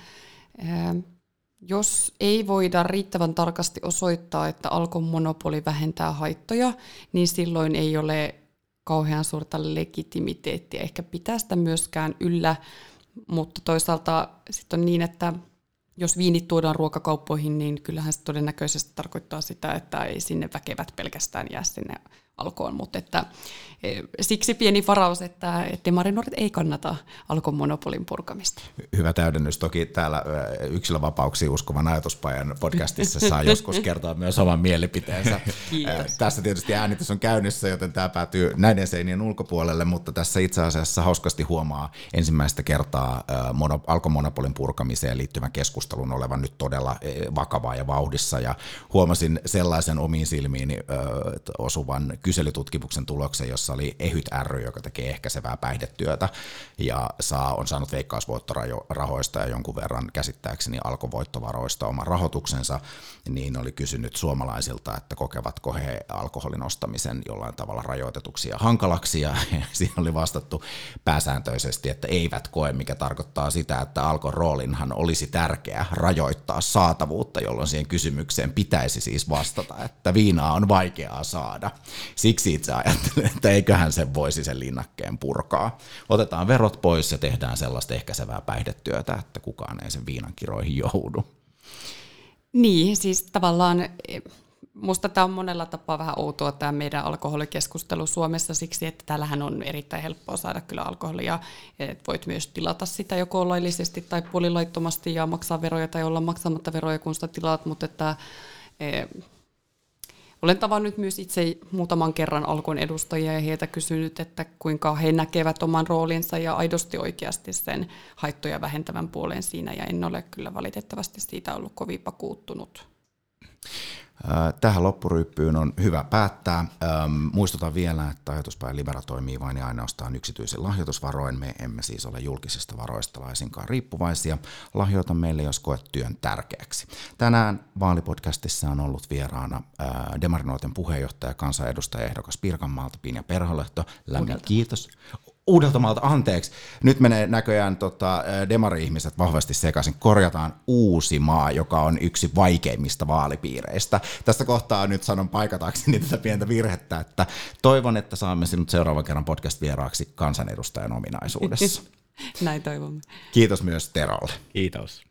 jos ei voida riittävän tarkasti osoittaa, että Alkon monopoli vähentää haittoja, niin silloin ei ole kauhean suurta legitimiteettiä ehkä pitää sitä myöskään yllä, mutta toisaalta sitten on niin, että jos viinit tuodaan ruokakauppoihin, niin kyllähän se todennäköisesti tarkoittaa sitä, että ei sinne väkevät pelkästään jää sinne Alkoon, mutta että, siksi pieni varaus, että demarinuoret ei kannata Alkon monopolin purkamista. Hyvä täydennys. Toki täällä yksilövapauksiin uskovan ajatuspajan podcastissa saa joskus kertoa myös oman mielipiteensä. Kiitos. Tässä tietysti äänitys on käynnissä, joten tämä päätyy näiden seinien ulkopuolelle, mutta tässä itse asiassa hauskasti huomaa ensimmäistä kertaa Alkon monopolin purkamiseen liittyvän keskustelun olevan nyt todella vakavaa ja vauhdissa, ja huomasin sellaisen omiin silmiini osuvan kyselytutkimuksen tuloksen, jossa oli Ehyt ry, joka tekee ehkäisevää päihdetyötä ja saa, on saanut veikkausvoittorahoista ja jonkun verran käsittääkseni alkovoittovaroista oman rahoituksensa, niin oli kysynyt suomalaisilta, että kokevatko he alkoholin ostamisen jollain tavalla rajoitetuksi ja hankalaksi, ja siinä oli vastattu pääsääntöisesti, että eivät koe, mikä tarkoittaa sitä, että Alkon roolinhan olisi tärkeää rajoittaa saatavuutta, jolloin siihen kysymykseen pitäisi siis vastata, että viinaa on vaikeaa saada. Siksi itse ajattelen, että eiköhän sen voisi sen linnakkeen purkaa. Otetaan verot pois ja tehdään sellaista ehkäisevää päihdetyötä, että kukaan ei sen viinan kiroihin joudu. Niin, siis tavallaan musta tämä on monella tapaa vähän outoa tämä meidän alkoholikeskustelu Suomessa siksi, että täällähän on erittäin helppoa saada kyllä alkoholia. Et voit myös tilata sitä joko laillisesti tai puolilaittomasti ja maksaa veroja tai olla maksamatta veroja, kun sitä tilaat, mutta että olen tavannut myös itse muutaman kerran Alkon edustajia ja heiltä kysynyt, että kuinka he näkevät oman roolinsa ja aidosti oikeasti sen haittoja vähentävän puolen siinä, ja en ole kyllä valitettavasti siitä ollut kovin vakuuttunut. Tähän loppuryyppyyn on hyvä päättää. Muistutan vielä, että Ajatuspaja Libera toimii vain ja ainoastaan yksityisen lahjoitusvaroin. Me emme siis ole julkisista varoista laisinkaan riippuvaisia. Lahjoita meille, jos koet työn tärkeäksi. Tänään vaalipodcastissa on ollut vieraana Demarinuorten puheenjohtaja, kansanedustaja ehdokas Pirkanmaalta Pinja Perholehto. Lämmin kiitos. Uudeltamaalta, anteeksi. Nyt menee näköjään tota, demari-ihmiset vahvasti sekaisin. Korjataan Uusimaa, joka on yksi vaikeimmista vaalipiireistä. Tästä kohtaa nyt sanon paikatakseni tätä pientä virhettä, että toivon, että saamme sinut seuraavan kerran podcast-vieraaksi kansanedustajan ominaisuudessa. Näin toivomme. Kiitos myös Terolle. Kiitos.